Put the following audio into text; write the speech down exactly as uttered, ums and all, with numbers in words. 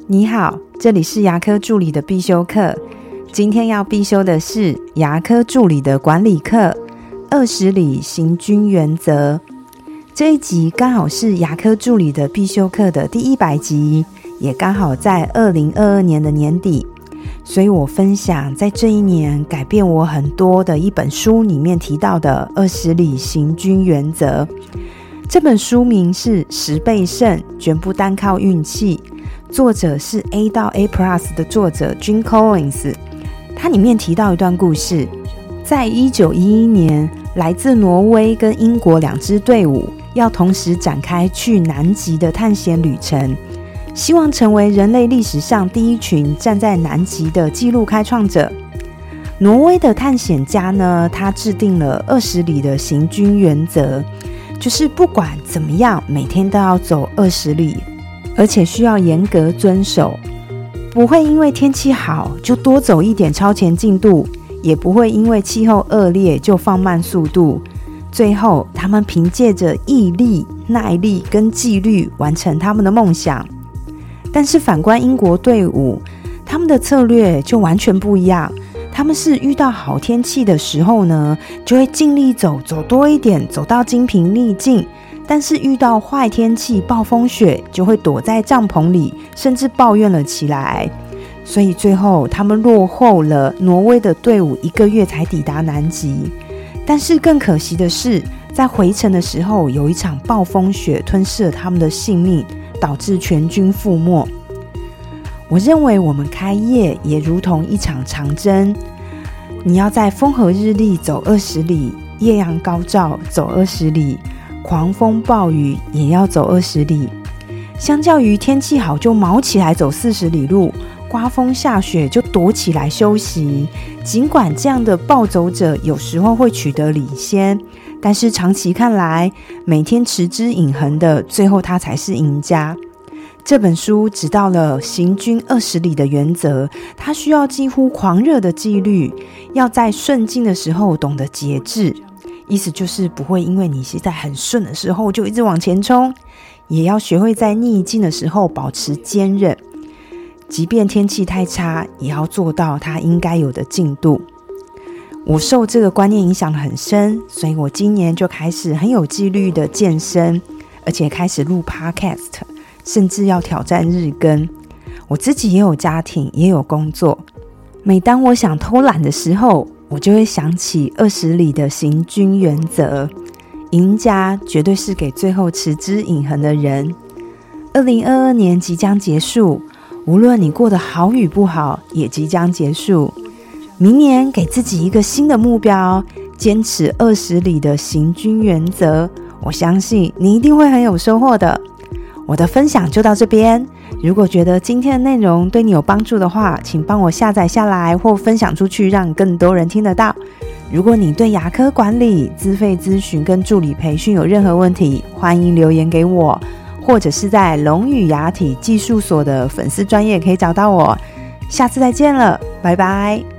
你好，这里是牙科助理的必修课。今天要必修的是牙科助理的管理课二十里行军原则。这一集刚好是牙科助理的必修课的第一百集，也刚好在二零二二年的年底，所以我分享在这一年改变我很多的一本书里面提到的二十里行军原则。这本书名是十倍胜，绝不单靠运气，作者是 A 到 A Plus 的作者 Jim Collins。 他里面提到一段故事，在一九一一年，来自挪威跟英国两支队伍要同时展开去南极的探险旅程，希望成为人类历史上第一群站在南极的纪录开创者。挪威的探险家呢，他制定了二十里的行军原则，就是不管怎么样，每天都要走二十里，而且需要严格遵守，不会因为天气好就多走一点超前进度，也不会因为气候恶劣就放慢速度。最后他们凭借着毅力、耐力跟纪律完成他们的梦想。但是反观英国队伍，他们的策略就完全不一样。他们是遇到好天气的时候呢，就会尽力走，走多一点，走到精疲力尽。但是遇到坏天气、暴风雪，就会躲在帐篷里，甚至抱怨了起来。所以最后他们落后了挪威的队伍一个月才抵达南极。但是更可惜的是，在回程的时候，有一场暴风雪吞噬了他们的性命，导致全军覆没。我认为我们开业也如同一场长征，你要在风和日丽走二十里，艳阳高照走二十里，狂风暴雨也要走二十里。相较于天气好就毛起来走四十里路，刮风下雪就躲起来休息。尽管这样的暴走者有时候会取得领先，但是长期看来，每天持之以恒的，最后他才是赢家。这本书指到了行军二十里的原则，它需要几乎狂热的纪律，要在顺境的时候懂得节制，意思就是不会因为你是在很顺的时候就一直往前冲，也要学会在逆境的时候保持坚韧，即便天气太差，也要做到它应该有的进度。我受这个观念影响得很深，所以我今年就开始很有纪律的健身，而且开始录 podcast，甚至要挑战日更。我自己也有家庭，也有工作。每当我想偷懒的时候，我就会想起二十里的行军原则。赢家绝对是给最后持之以恒的人。二零二二年即将结束，无论你过得好与不好，也即将结束。明年给自己一个新的目标，坚持二十里的行军原则，我相信你一定会很有收获的。我的分享就到这边，如果觉得今天的内容对你有帮助的话，请帮我下载下来或分享出去，让更多人听得到。如果你对牙科管理、自费咨询跟助理培训有任何问题，欢迎留言给我，或者是在龙语牙体技术所的粉丝专页可以找到我。下次再见了，拜拜。